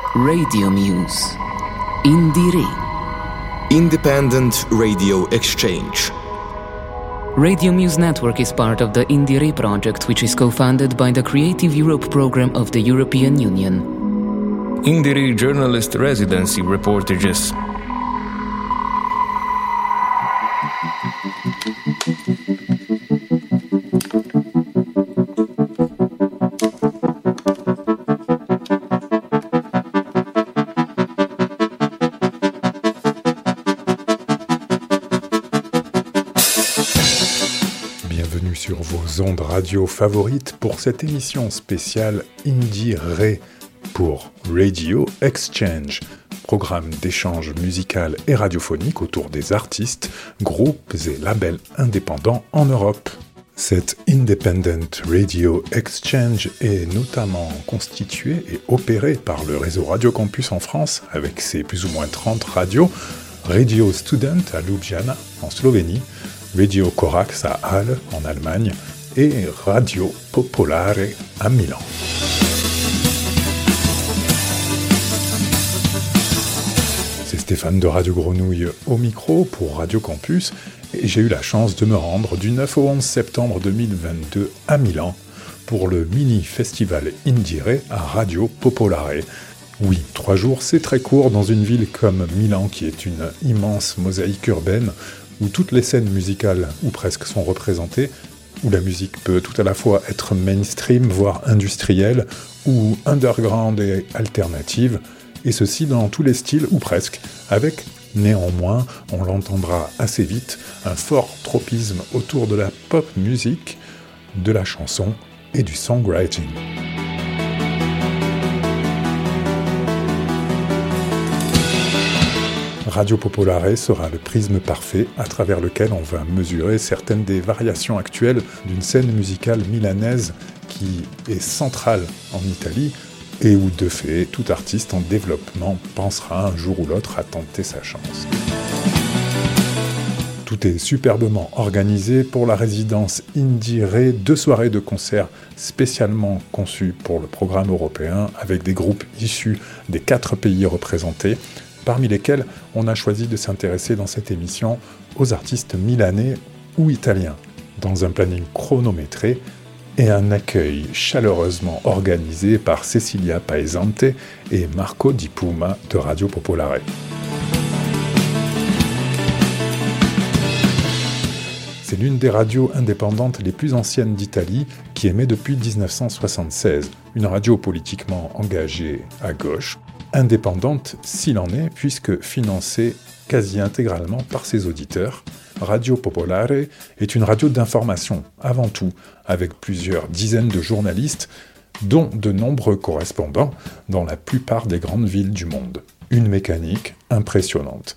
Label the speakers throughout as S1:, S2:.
S1: Radio Muse. Indire.
S2: Independent Radio Exchange.
S1: Radio Muse Network is part of the Indire project, which is co-funded by the Creative Europe program of the European Union.
S3: Indire Journalist Residency Reportages.
S4: Bienvenue sur vos ondes radio favorites pour cette émission spéciale Indire pour Radio Exchange, programme d'échange musical et radiophonique autour des artistes, groupes et labels indépendants en Europe. Cette Independent Radio Exchange est notamment constituée et opérée par le réseau Radio Campus en France, avec ses plus ou moins 30 radios, Radio Student à Ljubljana en Slovénie, Radio Corax à Halle en Allemagne et Radio Popolare à Milan. C'est Stéphane de Radio Grenouille au micro pour Radio Campus et j'ai eu la chance de me rendre du 9 au 11 septembre 2022 à Milan pour le mini-festival Indire à Radio Popolare. Oui, 3 jours, c'est très court dans une ville comme Milan qui est une immense mosaïque urbaine où toutes les scènes musicales, ou presque, sont représentées, où la musique peut tout à la fois être mainstream, voire industrielle, ou underground et alternative, et ceci dans tous les styles, ou presque, avec, néanmoins, on l'entendra assez vite, un fort tropisme autour de la pop music, de la chanson et du songwriting. Radio Popolare sera le prisme parfait à travers lequel on va mesurer certaines des variations actuelles d'une scène musicale milanaise qui est centrale en Italie et où, de fait, tout artiste en développement pensera un jour ou l'autre à tenter sa chance. Tout est superbement organisé pour la résidence Indire, 2 soirées de concerts spécialement conçues pour le programme européen avec des groupes issus des 4 pays représentés, parmi lesquels on a choisi de s'intéresser dans cette émission aux artistes milanais ou italiens, dans un planning chronométré et un accueil chaleureusement organisé par Cecilia Paesante et Marco Di Puma de Radio Popolare. C'est l'une des radios indépendantes les plus anciennes d'Italie qui émet depuis 1976, une radio politiquement engagée à gauche, indépendante s'il en est, puisque financée quasi intégralement par ses auditeurs. Radio Popolare est une radio d'information, avant tout, avec plusieurs dizaines de journalistes, dont de nombreux correspondants dans la plupart des grandes villes du monde. Une mécanique impressionnante.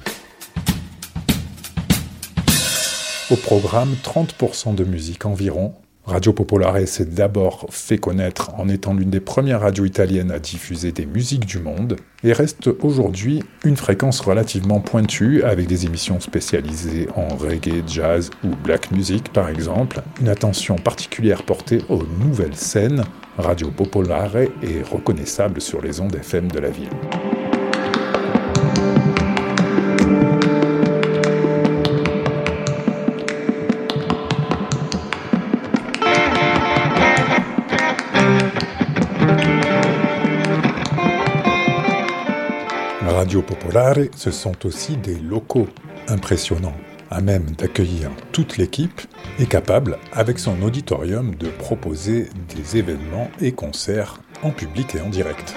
S4: Au programme, 30% de musique environ. Radio Popolare s'est d'abord fait connaître en étant l'une des premières radios italiennes à diffuser des musiques du monde et reste aujourd'hui une fréquence relativement pointue avec des émissions spécialisées en reggae, jazz ou black music par exemple. Une attention particulière portée aux nouvelles scènes. Radio Popolare est reconnaissable sur les ondes FM de la ville. Radio Popolare, ce sont aussi des locaux impressionnants, à même d'accueillir toute l'équipe et capable, avec son auditorium, de proposer des événements et concerts en public et en direct.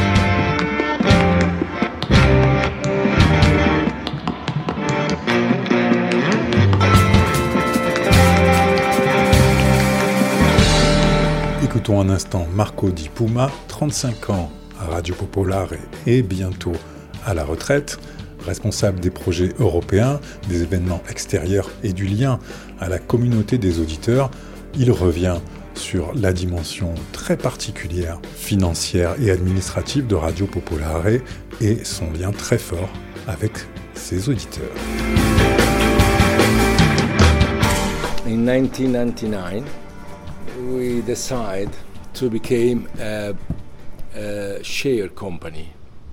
S4: Écoutons un instant Marco Di Puma, 35 ans à Radio Popolare et bientôt à la retraite, responsable des projets européens, des événements extérieurs et du lien à la communauté des auditeurs. Il revient sur la dimension très particulière, financière et administrative de Radio Popolare et son lien très fort avec ses auditeurs.
S5: In 1999, we decided to become a share company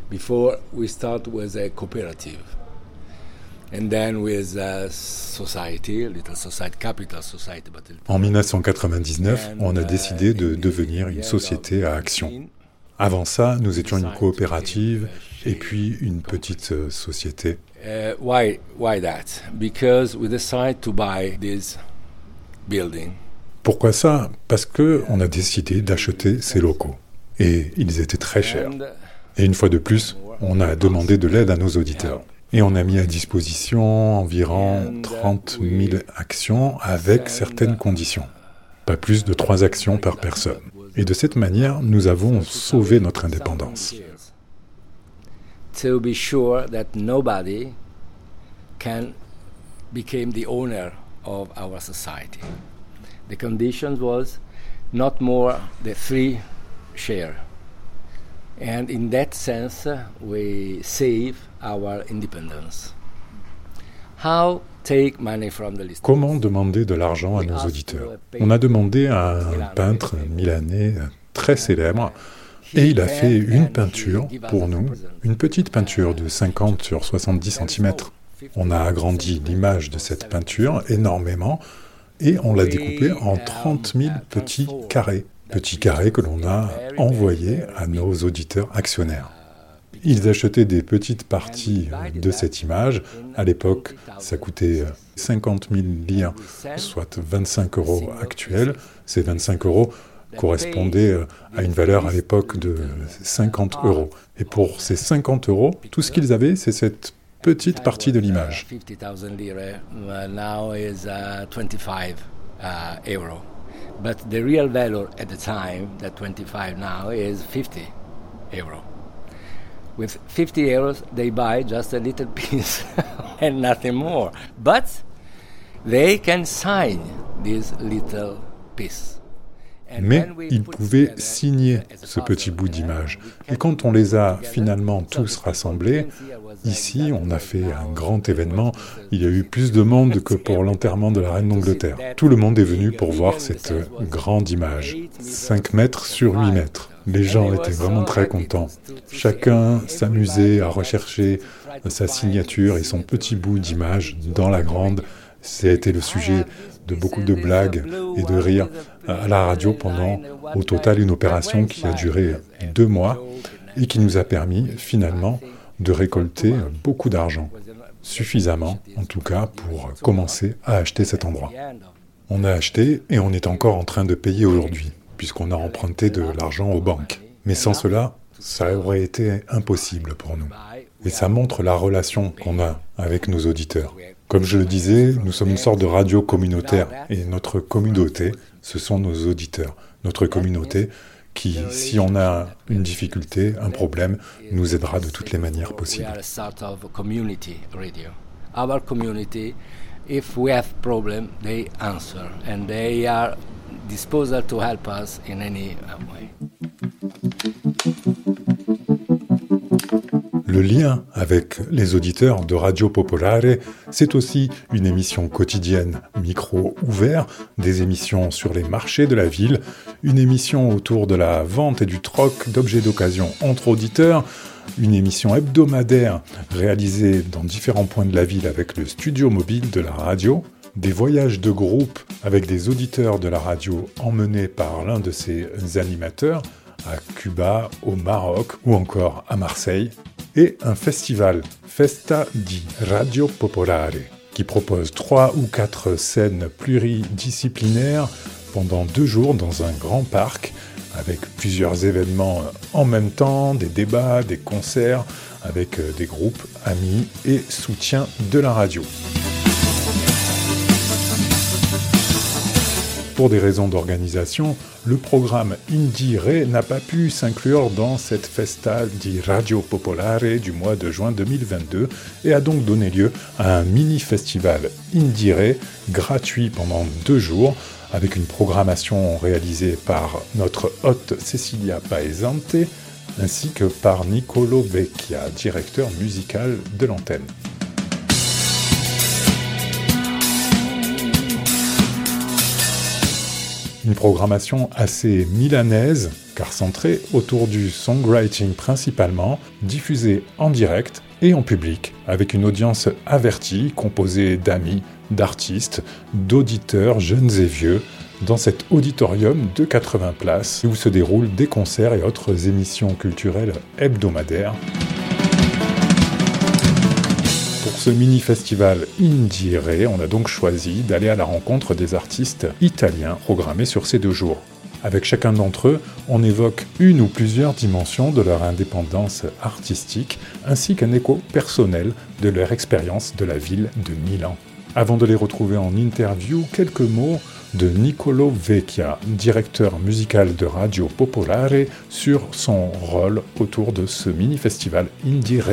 S5: Before we start with a cooperative, and then with a society, little society, capital society.
S4: En 1999, on a décidé de devenir une société à action. Avant ça, nous étions une coopérative et puis une petite société.
S5: Why that? Because we decided to buy this building.
S4: Pourquoi ça? Parce qu'on a décidé d'acheter ces locaux. Et ils étaient très chers. Et une fois de plus, on a demandé de l'aide à nos auditeurs. Et on a mis à disposition environ 30 000 actions avec certaines conditions. Pas plus de 3 actions par personne. Et de cette manière, nous avons sauvé notre indépendance.
S5: To be sure that nobody can become the owner of our society. The condition was not more than 3 shares. And in that sense, we save our independence. How take money from the listeners?
S4: Comment demander de l'argent à nos auditeurs? On a demandé à un peintre milanais très célèbre, et il a fait une peinture pour nous, une petite peinture de 50 sur 70 cm. On a agrandi l'image de cette peinture énormément, et on l'a découpée en 30 000 petits carrés que l'on a envoyés à nos auditeurs actionnaires. Ils achetaient des petites parties de cette image. À l'époque, ça coûtait 50 000 lire, soit 25 € actuels. Ces 25 € correspondaient à une valeur à l'époque de 50 €. Et pour ces 50 €, tout ce qu'ils avaient, c'est cette petite partie de l'image.
S5: 50,000 lire now is 25 €. But the real value at the time, that 25 now, is 50 €. With 50 €, they buy just a little piece and nothing more. But they can sign this little piece.
S4: Mais ils pouvaient signer ce petit bout d'image. Et quand on les a finalement tous rassemblés, ici, on a fait un grand événement. Il y a eu plus de monde que pour l'enterrement de la reine d'Angleterre. Tout le monde est venu pour voir cette grande image. 5 mètres sur 8 mètres. Les gens étaient vraiment très contents. Chacun s'amusait à rechercher sa signature et son petit bout d'image dans la grande. Ça a été le sujet de beaucoup de blagues et de rires à la radio pendant, au total, une opération qui a duré 2 mois et qui nous a permis, finalement, de récolter beaucoup d'argent. Suffisamment, en tout cas, pour commencer à acheter cet endroit. On a acheté et on est encore en train de payer aujourd'hui, puisqu'on a emprunté de l'argent aux banques. Mais sans cela, ça aurait été impossible pour nous. Et ça montre la relation qu'on a avec nos auditeurs. Comme je le disais, nous sommes une sorte de radio communautaire et notre communauté, ce sont nos auditeurs. Notre communauté qui, si on a une difficulté, un problème, nous aidera de toutes les manières possibles.
S5: Our community, if we have problem, they answer and they are disposal to help us in any way.
S4: Le lien avec les auditeurs de Radio Popolare, c'est aussi une émission quotidienne, micro ouvert, des émissions sur les marchés de la ville, une émission autour de la vente et du troc d'objets d'occasion entre auditeurs, une émission hebdomadaire réalisée dans différents points de la ville avec le studio mobile de la radio, des voyages de groupe avec des auditeurs de la radio emmenés par l'un de ses animateurs, à Cuba, au Maroc ou encore à Marseille, et un festival, Festa di Radio Popolare, qui propose 3 ou 4 scènes pluridisciplinaires pendant 2 jours dans un grand parc, avec plusieurs événements en même temps, des débats, des concerts, avec des groupes, amis et soutien de la radio. Pour des raisons d'organisation, le programme Indire n'a pas pu s'inclure dans cette Festa di Radio Popolare du mois de juin 2022 et a donc donné lieu à un mini-festival Indire gratuit pendant 2 jours avec une programmation réalisée par notre hôte Cecilia Paesante ainsi que par Nicolo Vecchia, directeur musical de l'antenne. Une programmation assez milanaise, car centrée autour du songwriting principalement, diffusée en direct et en public, avec une audience avertie, composée d'amis, d'artistes, d'auditeurs jeunes et vieux, dans cet auditorium de 80 places, où se déroulent des concerts et autres émissions culturelles hebdomadaires. Pour ce mini-festival Indire, on a donc choisi d'aller à la rencontre des artistes italiens programmés sur ces 2 jours. Avec chacun d'entre eux, on évoque une ou plusieurs dimensions de leur indépendance artistique, ainsi qu'un écho personnel de leur expérience de la ville de Milan. Avant de les retrouver en interview, quelques mots de Niccolò Vecchia, directeur musical de Radio Popolare, sur son rôle autour de ce mini-festival Indire.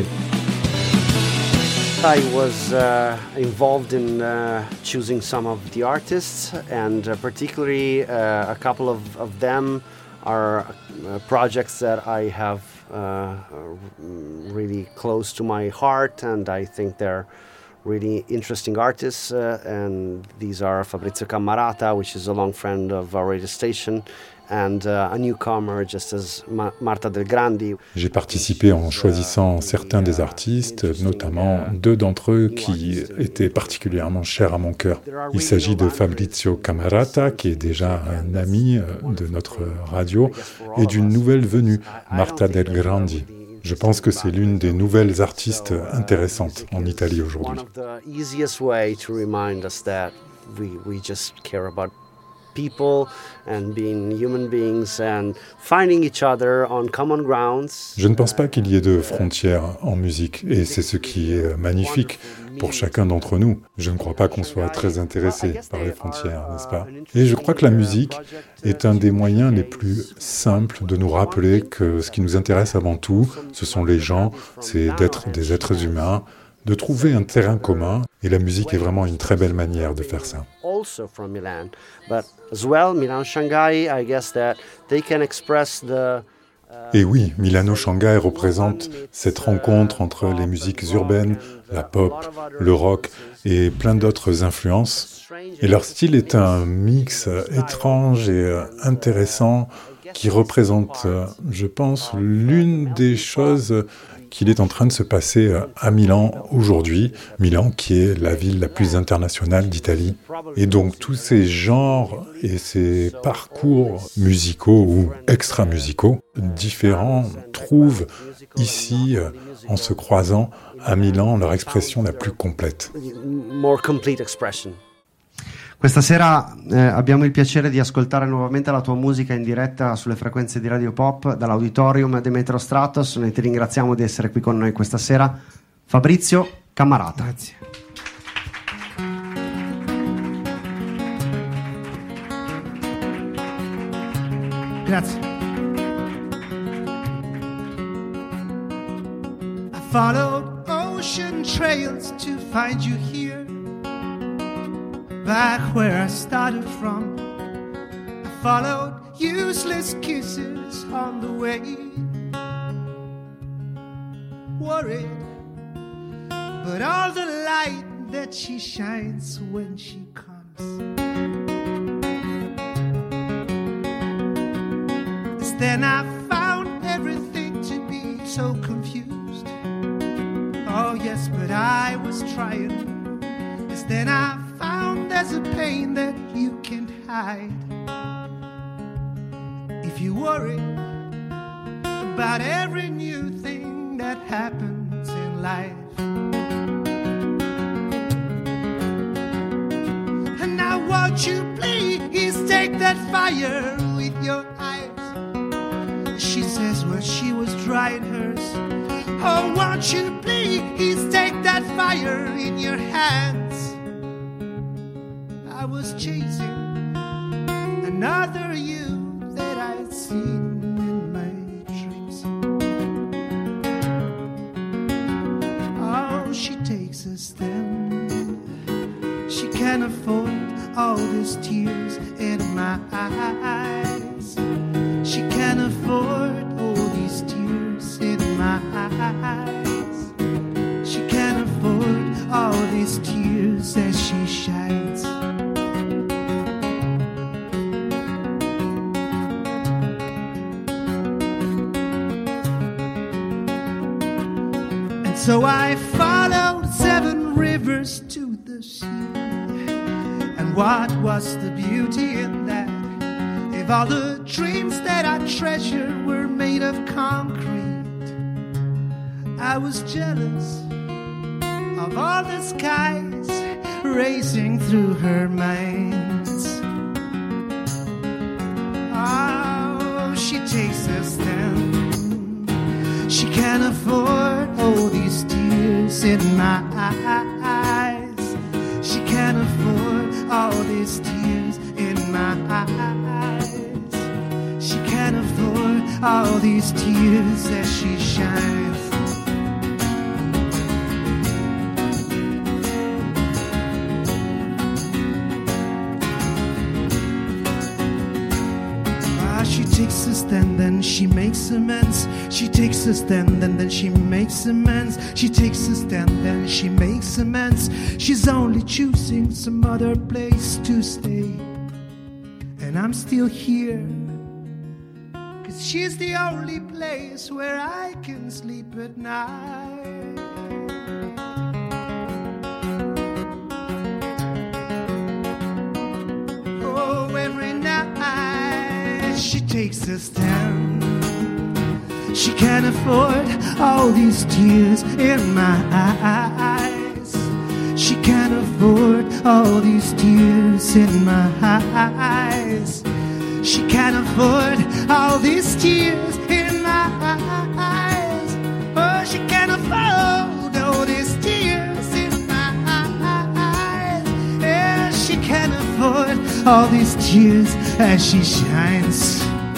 S6: I was involved in choosing some of the artists, and particularly a couple of them are projects that I have really close to my heart, and I think they're really interesting artists, and these are Fabrizio Cammarata, which is a long friend of our radio station, and a newcomer, just as Marta Del Grandi.
S4: J'ai participé en choisissant certains des artistes, notamment 2 d'entre eux qui étaient particulièrement chers à mon cœur. Il s'agit de Fabrizio Cammarata, qui est déjà un ami de notre radio, et d'une nouvelle venue, Marta Del Grandi. Je pense que c'est l'une des nouvelles artistes intéressantes en Italie aujourd'hui.
S6: People and being human beings and finding each other on common grounds.
S4: Je ne pense pas qu'il y ait de frontières en musique, et c'est ce qui est magnifique pour chacun d'entre nous. Je ne crois pas qu'on soit très intéressé par les frontières, n'est-ce pas? Et je crois que la musique est un des moyens les plus simples de nous rappeler que ce qui nous intéresse avant tout, ce sont les gens, c'est d'être des êtres humains, de trouver un terrain commun, et la musique est vraiment une très belle manière de faire ça.
S6: Also from Milan, but as well Milan-Shanghai, I guess that they can express the
S4: Et oui, Milano-Shanghai représente cette rencontre entre les musiques urbaines, la pop, le rock et plein d'autres influences. Et leur style est un mix étrange et intéressant qui représente, je pense, l'une des choses qu'il est en train de se passer à Milan aujourd'hui. Milan qui est la ville la plus internationale d'Italie. Et donc tous ces genres et ces parcours musicaux ou extra-musicaux différents trouvent ici, en se croisant à Milan, leur expression la plus complète.
S7: Questa sera abbiamo il piacere di ascoltare nuovamente la tua musica in diretta sulle frequenze di Radio Pop dall'Auditorium Demetrio Stratos. Noi ti ringraziamo di essere qui con noi questa sera. Fabrizio Cammarata.
S8: Grazie. Grazie. I followed ocean trails to find you here. Back where I started from, I followed useless kisses on the way. Worried, but all the light that she shines when she comes. Then I found everything to be so confused. Oh yes, but I was trying. Yes, then I found there's a pain that you can't hide. If you worry about every new thing that happens in life. And now won't you please take that fire with your eyes? She says where she was drying hers. Oh, won't you please take that fire in your hands? I was chasing another you that I'd seen in my dreams. Oh, she takes a stand. She can't afford all these tears in my eyes. She can't afford all these tears in my eyes. She can't afford all these tears as she shines. So I followed 7 rivers to the sea. And what was the beauty in that? If all the dreams that I treasured were made of concrete, I was jealous of all the skies racing through her minds. Oh, she takes a stand. She can't afford all these tears in my eyes. She can't afford all these tears in my eyes. She can't afford all these tears as she shines. She takes a stand, then she makes amends. She takes a stand, and then she makes amends. She takes a stand, then she makes amends. She's only choosing some other place to stay. And I'm still here, 'cause she's the only place where I can sleep at night. Oh, every night she takes a stand. She can't afford all these tears in my eyes. She can't afford all these tears in my eyes. She can't afford all these tears in my eyes. Oh, she can't afford all these tears in my eyes. Yeah, she can't afford all these tears as she shines.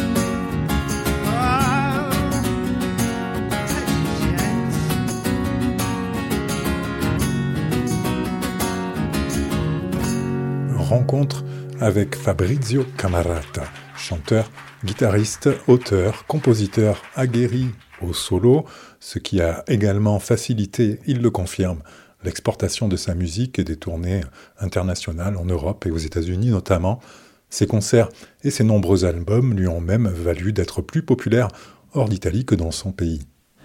S4: Rencontre avec Fabrizio Camarata, chanteur, guitariste, auteur, compositeur aguerri au solo, ce qui a également facilité, il le confirme, l'exportation de sa musique et des tournées internationales en Europe et aux États-Unis notamment. Ses concerts et ses nombreux albums lui ont même valu d'être plus populaire hors d'Italie que dans son pays.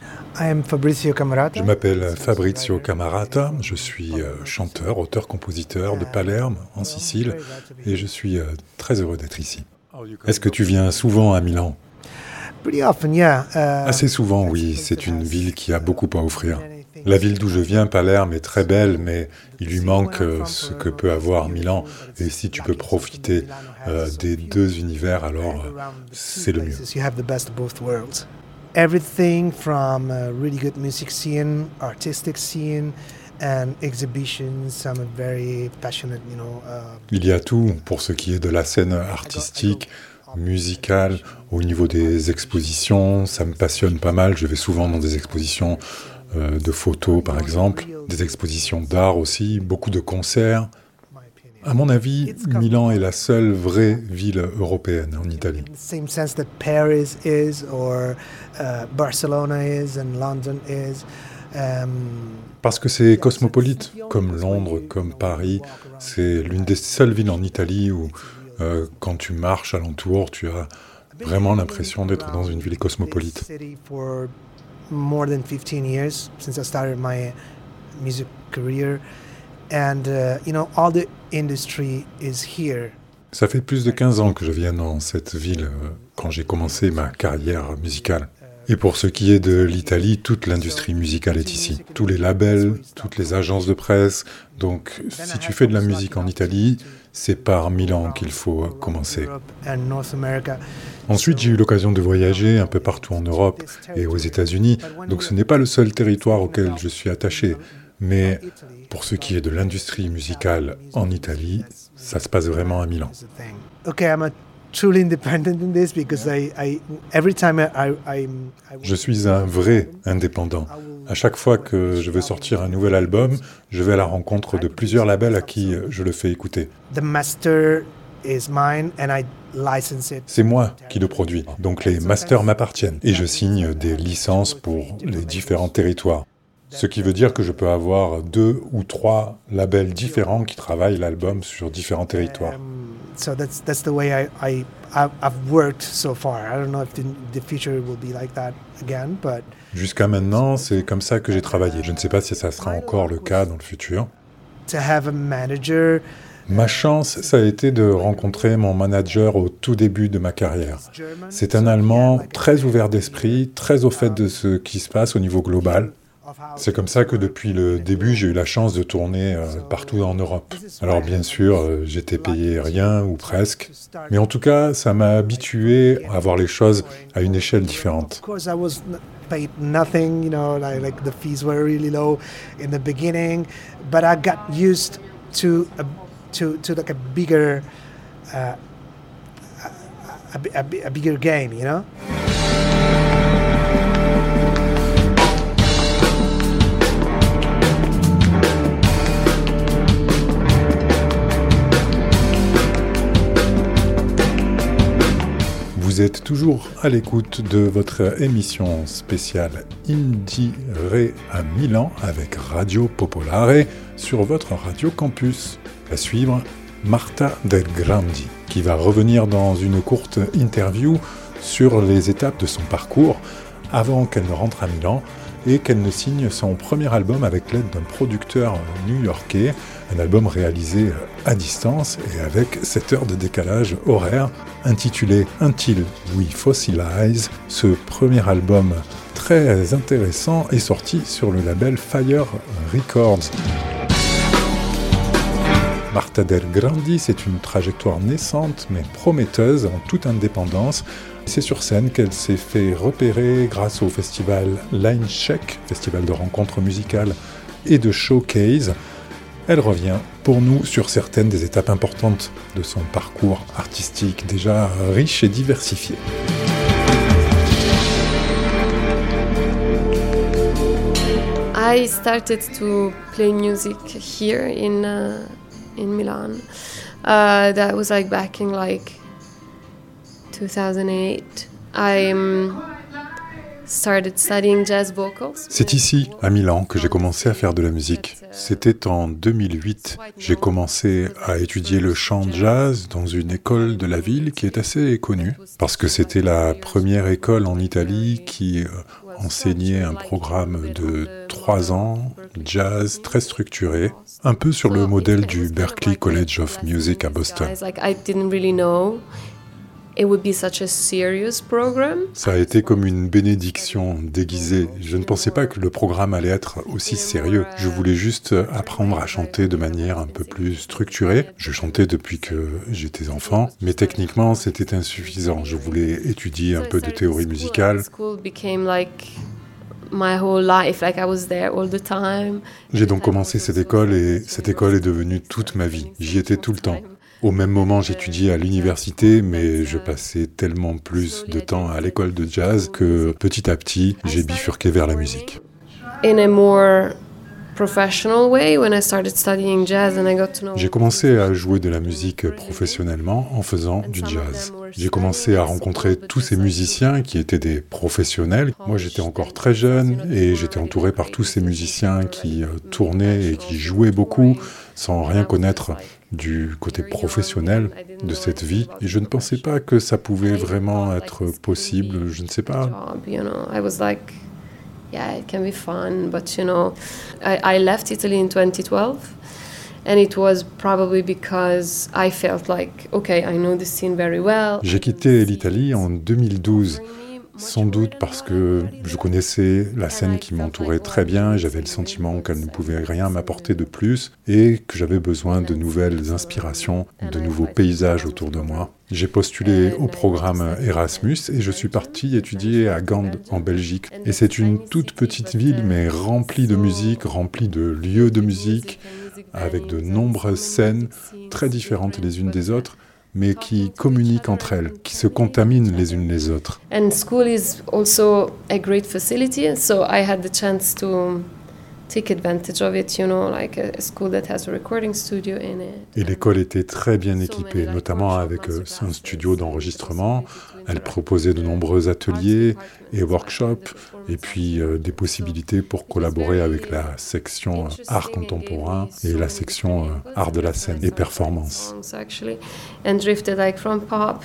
S4: Je m'appelle Fabrizio Camarata, je suis chanteur, auteur-compositeur de Palerme, en Sicile, et je suis très heureux d'être ici. Est-ce que tu viens souvent à Milan ? Assez souvent, oui, c'est une ville qui a beaucoup à offrir. La ville d'où je viens, Palerme, est très belle, mais il lui manque ce que peut avoir Milan. Et si tu peux profiter des deux univers, alors c'est le mieux.
S9: Everything from a really good music scene, artistic scene, and exhibitions. I'm a very passionate,
S4: Il y a tout pour ce qui est de la scène artistique, musicale, au niveau des expositions. Ça me passionne pas mal. Je vais souvent dans des expositions de photos, par exemple, des expositions d'art aussi, beaucoup de concerts. À mon avis, Milan est la seule vraie ville européenne en Italie.
S9: Same sense that Paris is, or Barcelona is, and London is.
S4: Parce que c'est cosmopolite, comme Londres, comme Paris. C'est l'une des seules villes en Italie où, quand tu marches alentour, tu as vraiment l'impression d'être dans une ville cosmopolite.
S9: More than 15 years since I started my music career. And, all the industry is here.
S4: Ça fait plus de 15 ans que je viens dans cette ville quand j'ai commencé ma carrière musicale. Et pour ce qui est de l'Italie, toute l'industrie musicale est ici. Tous les labels, toutes les agences de presse. Donc, si tu fais de la musique en Italie, c'est par Milan qu'il faut commencer. Ensuite, j'ai eu l'occasion de voyager un peu partout en Europe et aux États-Unis. Donc, ce n'est pas le seul territoire auquel je suis attaché. Mais pour ce qui est de l'industrie musicale en Italie, ça se passe vraiment à Milan. Je suis un vrai indépendant. À chaque fois que je veux sortir un nouvel album, je vais à la rencontre de plusieurs labels à qui je le fais écouter. C'est moi qui le produis, donc les masters m'appartiennent et je signe des licences pour les différents territoires. Ce qui veut dire que je peux avoir 2 ou 3 labels différents qui travaillent l'album sur différents territoires.
S9: So that's the way I've worked so far. I don't know if the future will be like that again, but
S4: jusqu'à maintenant, c'est comme ça que j'ai travaillé. Je ne sais pas si ça sera encore le cas dans le futur.
S9: To have a manager.
S4: Ma chance, ça a été de rencontrer mon manager au tout début de ma carrière. C'est un Allemand très ouvert d'esprit, très au fait de ce qui se passe au niveau global. C'est comme ça que depuis le début, j'ai eu la chance de tourner partout en Europe. Alors bien sûr, j'étais payé rien ou presque, mais en tout cas, ça m'a habitué à voir les choses à une échelle différente.
S9: Paid nothing, you know, like the fees were really low in the beginning, but I got used to like a bigger game, you know.
S4: Vous êtes toujours à l'écoute de votre émission spéciale Indire à Milan avec Radio Popolare sur votre Radio Campus. À suivre, Marta Del Grandi, qui va revenir dans une courte interview sur les étapes de son parcours avant qu'elle ne rentre à Milan et qu'elle ne signe son premier album avec l'aide d'un producteur new-yorkais, un album réalisé à distance et avec 7 heures de décalage horaire, intitulé Until We Fossilize. Ce premier album très intéressant est sorti sur le label Fire Records. Marta Del Grandi, c'est une trajectoire naissante mais prometteuse en toute indépendance. C'est sur scène qu'elle s'est fait repérer grâce au festival Line Check, festival de rencontres musicales et de showcase. Elle revient pour nous sur certaines des étapes importantes de son parcours artistique déjà riche et diversifié.
S10: I started to play music here in Milan. That was like back in 2008. I started studying jazz vocals.
S4: C'est ici, à Milan, que j'ai commencé à faire de la musique. C'était en 2008. J'ai commencé à étudier le chant jazz dans une école de la ville qui est assez connue, parce que c'était la première école en Italie qui enseignait un programme de 3 ans, jazz très structuré, un peu sur le modèle du Berklee College of Music à Boston. Ça a été comme une bénédiction déguisée. Je ne pensais pas que le programme allait être aussi sérieux. Je voulais juste apprendre à chanter de manière un peu plus structurée. Je chantais depuis que j'étais enfant, mais techniquement c'était insuffisant. Je voulais étudier un peu de théorie musicale. J'ai donc commencé cette école et cette école est devenue toute ma vie. J'y étais tout le temps. Au même moment, j'étudiais à l'université, mais je passais tellement plus de temps à l'école de jazz que petit à petit, j'ai bifurqué vers la musique. J'ai commencé à jouer de la musique professionnellement en faisant du jazz. J'ai commencé à rencontrer tous ces musiciens qui étaient des professionnels. Moi, j'étais encore très jeune et j'étais entouré par tous ces musiciens qui tournaient et qui jouaient beaucoup sans rien connaître du côté professionnel de cette vie. Et je ne pensais pas que ça pouvait vraiment être possible. Je ne sais pas.
S10: Yeah, it can be fun, but I left Italy in 2012, and it was probably because I felt like, okay, I know the scene very well.
S4: J'ai quitté l'Italie en 2012, sans doute parce que je connaissais la scène qui m'entourait très bien, j'avais le sentiment qu'elle ne pouvait rien m'apporter de plus et que j'avais besoin de nouvelles inspirations, de nouveaux paysages autour de moi. J'ai postulé au programme Erasmus et je suis parti étudier à Gand, en Belgique. Et c'est une toute petite ville, mais remplie de musique, remplie de lieux de musique, avec de nombreuses scènes très différentes les unes des autres, mais qui communiquent entre elles, qui se contaminent les unes les autres.
S10: And school is also a great facility, so I had the chance to take advantage of it, you know, like a school that has a recording studio in it.
S4: Et l'école était très bien équipée, notamment avec un studio d'enregistrement. Elle proposait de nombreux ateliers et workshops, et puis des possibilités pour collaborer avec la section art contemporain et la section art de la scène et performance.
S10: And drifted like from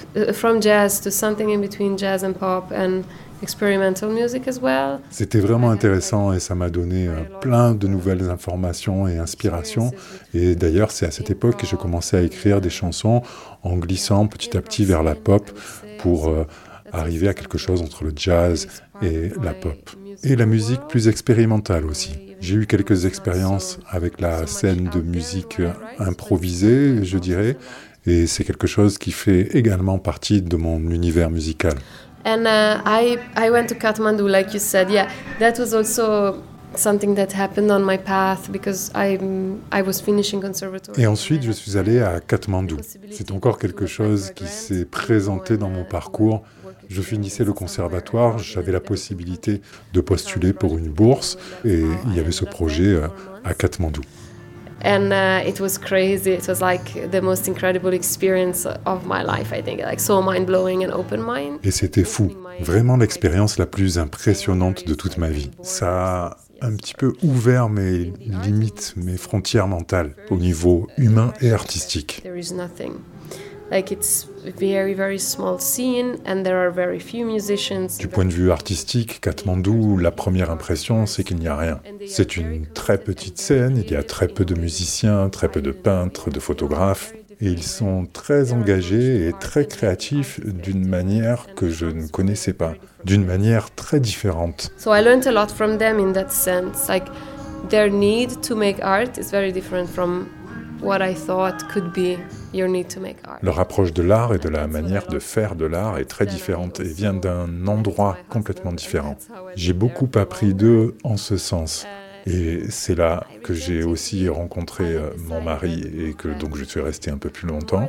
S10: jazz to something in between jazz and pop and experimental music as well.
S4: C'était vraiment intéressant et ça m'a donné plein de nouvelles informations et inspirations. Et d'ailleurs, c'est à cette époque que j'ai commencé à écrire des chansons en glissant petit à petit vers la pop pour arriver à quelque chose entre le jazz et la pop. Et la musique plus expérimentale aussi. J'ai eu quelques expériences avec la scène de musique improvisée, je dirais, et c'est quelque chose qui fait également partie de mon univers musical.
S10: And I went to Kathmandu, like you said. Yeah, that was also something that happened on my path because I was finishing conservatory.
S4: Et ensuite, je suis allé à Katmandou. C'est encore quelque chose qui s'est présenté dans mon parcours. Je finissais le conservatoire, j'avais la possibilité de postuler pour une bourse et il y avait ce projet à Katmandou.
S10: And it was crazy. It was like the most incredible experience of my life, I think. Like so mind-blowing and open mind.
S4: Et c'était fou. Vraiment l'expérience la plus impressionnante de toute ma vie. Ça a un petit peu ouvert mes limites, mes frontières mentales au niveau humain et artistique.
S10: There is nothing. Like it's very, very small scene and there are very few musicians.
S4: Du point de vue artistique, Katmandou, la première impression, c'est qu'il n'y a rien. C'est une très petite scène, il y a très peu de musiciens, très peu de peintres, de photographes, et ils sont très engagés et très créatifs d'une manière que je ne connaissais pas, d'une manière très différente.
S10: So I learned a lot from them in that sense. Like their need to make art is very different from what I thought could be your need to make art.
S4: Leur approche de l'art et de la manière de faire de l'art est très différente et vient d'un endroit complètement différent. J'ai beaucoup appris d'eux en ce sens. Et c'est là que j'ai aussi rencontré mon mari et que donc je suis resté un peu plus longtemps.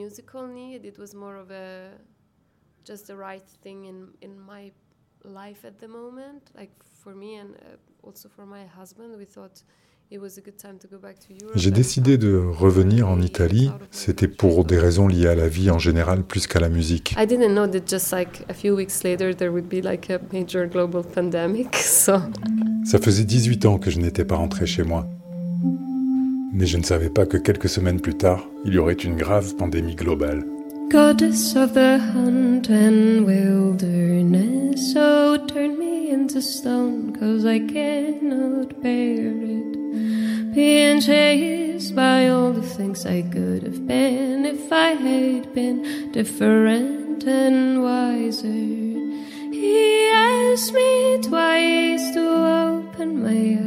S4: J'ai décidé de revenir en Italie, c'était pour des raisons liées à la vie en général plus qu'à la musique.
S10: I didn't know that just like a few weeks later there would be like a major global pandemic, so.
S4: Ça faisait 18 ans que je n'étais pas rentré chez moi. Mais je ne savais pas que quelques semaines plus tard, il y aurait une grave pandémie globale.
S10: Goddess of the hunt and wilderness, oh turn me into stone, 'cause I cannot bear it. Being chased by all the things I could have been if I had been different and wiser. He asked me twice to open my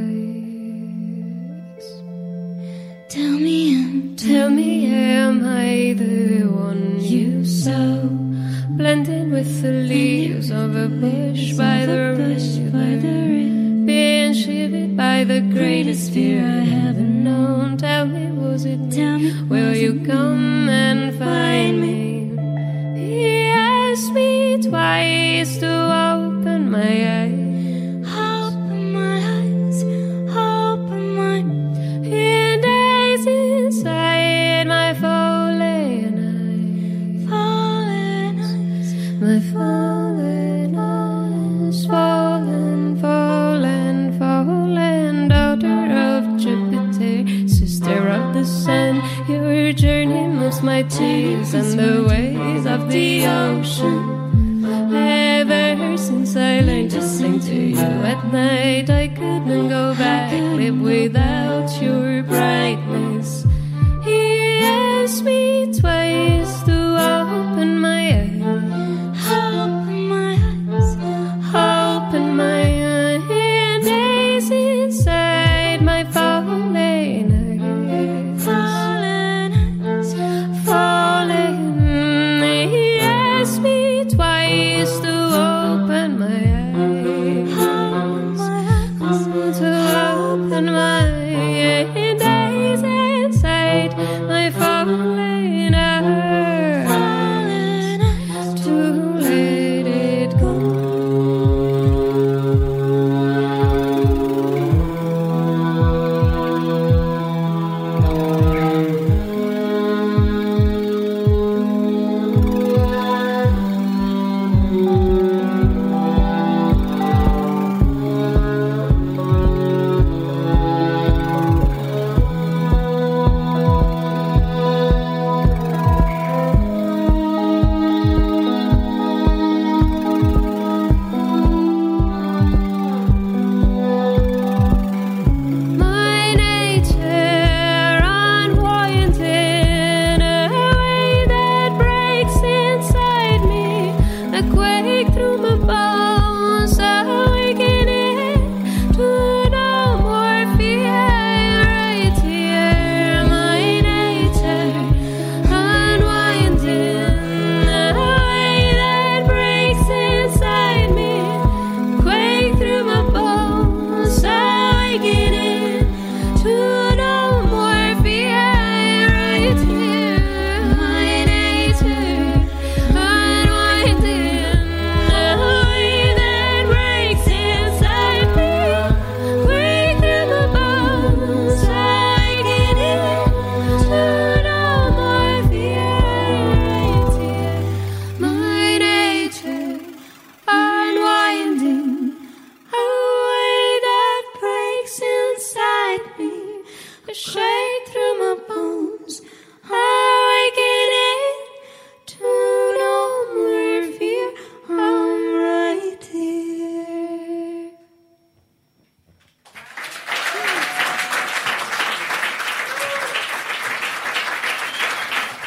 S10: eyes. Tell me, am I the one you saw? Blending with the leaves of a bush by the river, being shivered by the greatest fear I haven't known. Tell me, was it? Will you come and find me? He asked me twice to open my eyes. Open my eyes, open my eyes. And eyes inside my fallen eyes. Fallen eyes, my fallen eyes. Fallen, fallen, fallen. Daughter of Jupiter, sister of the sun. Your journey moves my tears and the waves of the ocean. Ever since I learned to sing to you at night, I couldn't go back, live without your brightness. He asked me twice to open my eyes. Open my eyes, open my eyes. And days inside my fallen eyes. Fallen eyes, fallen. He asked me twice to open my eyes. To open my eyes.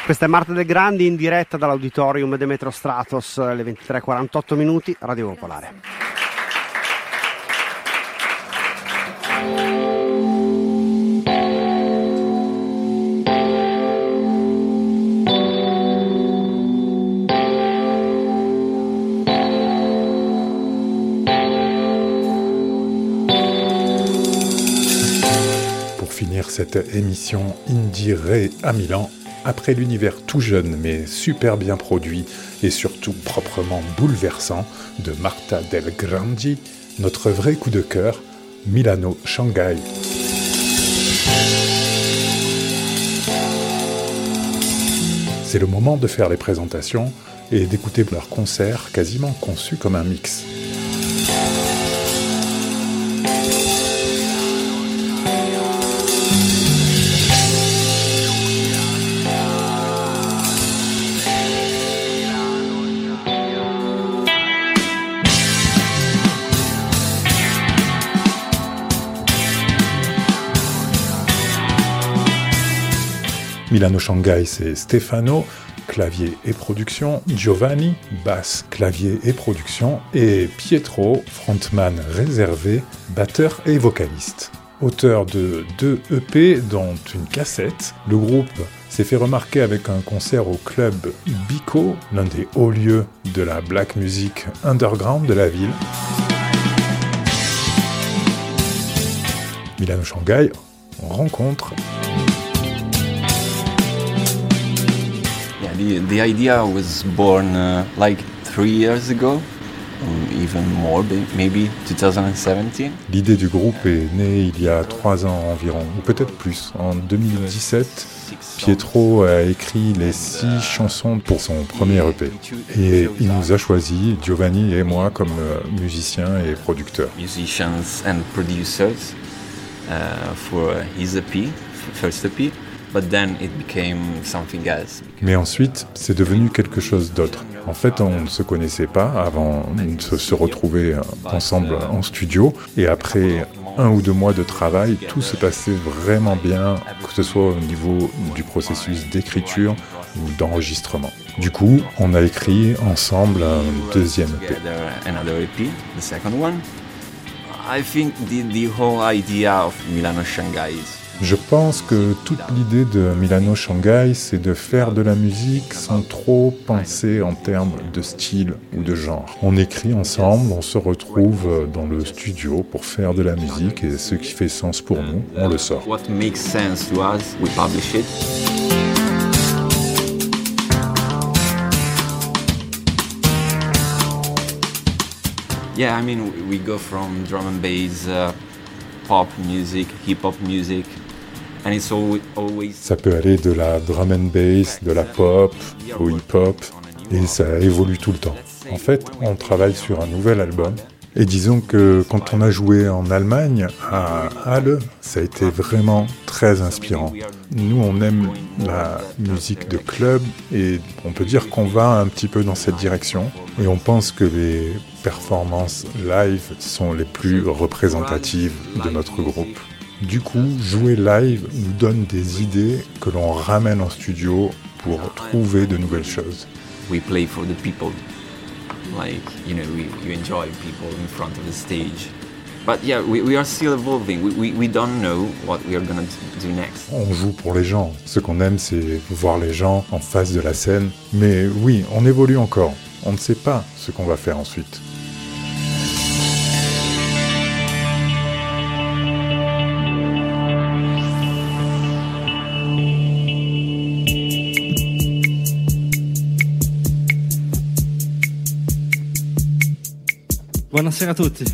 S6: Questa è Marta Del Grandi in diretta dall'Auditorium Demetrio Stratos, alle 23:48 minuti, Radio Popolare.
S4: Pour finir cette émission Indie Ray à Milan, après l'univers tout jeune mais super bien produit et surtout proprement bouleversant de Marta Del Grandi, notre vrai coup de cœur, Milano Shanghai. C'est le moment de faire les présentations et d'écouter leur concert quasiment conçu comme un mix. Milano Shanghai, c'est Stefano, clavier et production, Giovanni, basse, clavier et production, et Pietro, frontman réservé, batteur et vocaliste. Auteur de 2 EP, dont une cassette, le groupe s'est fait remarquer avec un concert au club Bico, l'un des hauts lieux de la black music underground de la ville. Milano Shanghai rencontre.
S11: The idea was born like 3 years ago, even more, maybe 2017.
S4: L'idée du groupe est née il y a 3 ans environ, ou peut-être plus. En 2017, Pietro a écrit les 6 chansons pour son premier EP. Et il nous a choisis, Giovanni et moi, comme musiciens et producteurs.
S11: Musicians and producers for his EP, first EP. But then it became something else.
S4: Mais ensuite, c'est devenu quelque chose d'autre. En fait, on ne se connaissait pas avant de se retrouver ensemble en studio. Et après 1 ou 2 mois de travail, tout se passait vraiment bien, que ce soit au niveau du processus d'écriture ou d'enregistrement. Du coup, on a écrit ensemble un deuxième EP.
S11: Another EP, the second one. I think the whole idea of Milano Shanghai is
S4: Je pense que toute l'idée de Milano Shanghai, c'est de faire de la musique sans trop penser en termes de style ou de genre. On écrit ensemble, on se retrouve dans le studio pour faire de la musique et ce qui fait sens pour nous, on le sort.
S11: What makes sense to us, we publish it. Yeah, I mean, we go from drum and bass, pop music, hip-hop music. And it's always...
S4: Ça peut aller de la drum and bass, de la pop, au hip-hop, et ça évolue tout le temps. En fait, on travaille sur un nouvel album, et disons que quand on a joué en Allemagne, à Halle, ça a été vraiment très inspirant. Nous, on aime la musique de club, et on peut dire qu'on va un petit peu dans cette direction, et on pense que les performances live sont les plus représentatives de notre groupe. Du coup, jouer live nous donne des idées que l'on ramène en studio pour trouver de nouvelles choses.
S11: We play for the people. Like, you know, you enjoy people in front of the stage. But yeah, we are still evolving. We don't know what we are going to do next.
S4: On joue pour les gens. Ce qu'on aime, c'est voir les gens en face de la scène. Mais oui, on évolue encore. On ne sait pas ce qu'on va faire ensuite.
S12: Buonasera a tutti.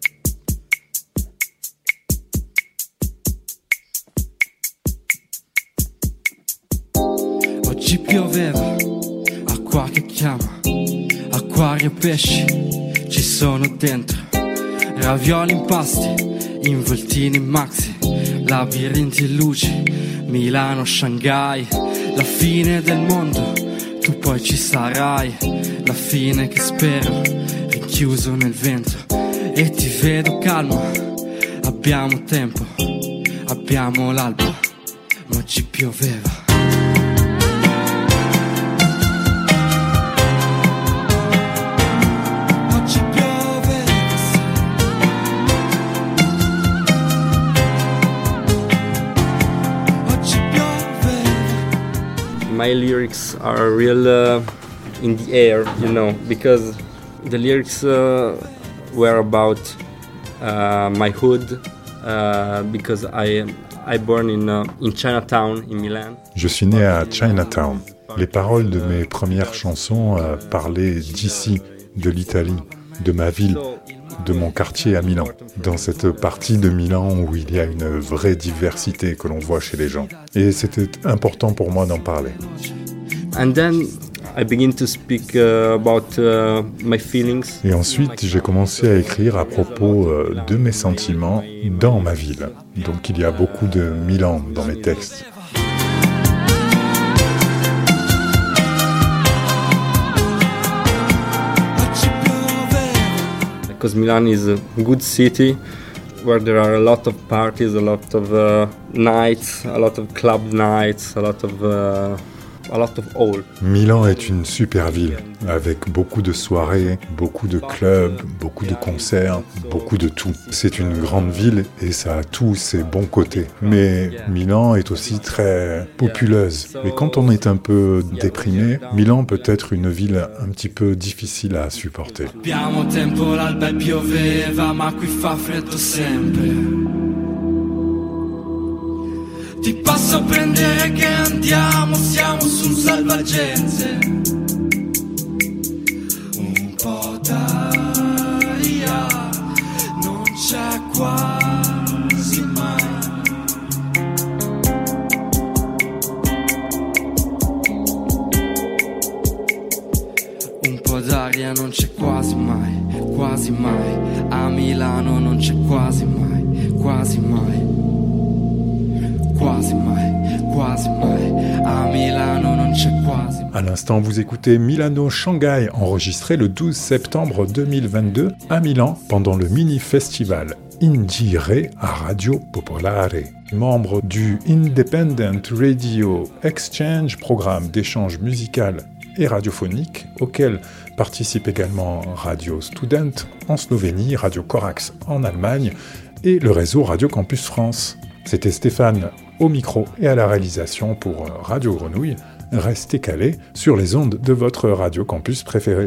S12: Oggi pioveva, acqua che chiama, acquario e pesci ci sono dentro, ravioli in pasti, involtini in maxi, labirinti e luci, Milano, Shanghai, la fine del mondo, tu poi ci sarai, la fine che spero, chiuso nel vento e ti vedo calmo, abbiamo tempo, abbiamo l'alba, ma oggi pioveva.
S13: my lyrics are real in the air, you know, because the lyrics were about my hood, because I born in Chinatown in Milan.
S4: Je suis né à Chinatown. Les paroles de mes premières chansons parlaient d'ici, de l'Italie, de ma ville, de mon quartier à Milan, dans cette partie de Milan où il y a une vraie diversité que l'on voit chez les gens. Et c'était important pour moi d'en parler.
S13: And then I begin to speak about my feelings.
S4: Et ensuite, j'ai commencé à écrire à propos de mes sentiments dans ma ville. Donc il y a beaucoup de Milan dans mes textes.
S13: Because Milan is a good city where there are a lot of parties, a lot of nights, a lot of club nights, a lot of all.
S4: Milan est une super ville, avec beaucoup de soirées, beaucoup de clubs, beaucoup de concerts, beaucoup de tout. C'est une grande ville et ça a tous ses bons côtés. Mais Milan est aussi très populeuse. Et quand on est un peu déprimé, Milan peut être une ville un petit peu difficile à supporter.
S12: Abbiamo tempo, l'alba e pioveva, ma qui fa freddo sempre. Ti passo a prendere che andiamo, siamo su un salvagente. Un po' d'aria, non c'è quasi mai. Un po' d'aria non c'è quasi mai. A Milano non c'è quasi mai, quasi mai. Quasi mai, à Milano non c'è quasi.
S4: À l'instant, vous écoutez Milano Shanghai, enregistré le 12 septembre 2022 à Milan pendant le mini-festival Indie Re à Radio Popolare. Membre du Independent Radio Exchange, programme d'échange musical et radiophonique, auquel participe également Radio Student en Slovénie, Radio Corax en Allemagne et le réseau Radio Campus France. C'était Stéphane au micro et à la réalisation pour Radio Grenouille. Restez calés sur les ondes de votre Radio Campus préféré.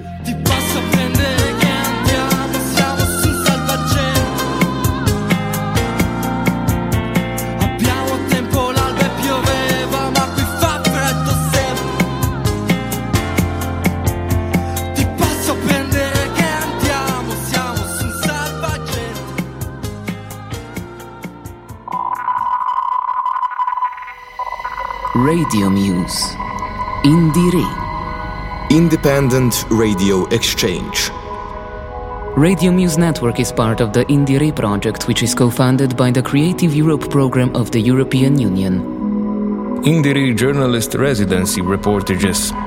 S1: Radio Muse. Indie Re.
S2: Independent Radio Exchange.
S1: Radio Muse Network is part of the Indie Re project, which is co-funded by the Creative Europe program of the European Union.
S3: Indie Re journalist residency reportages.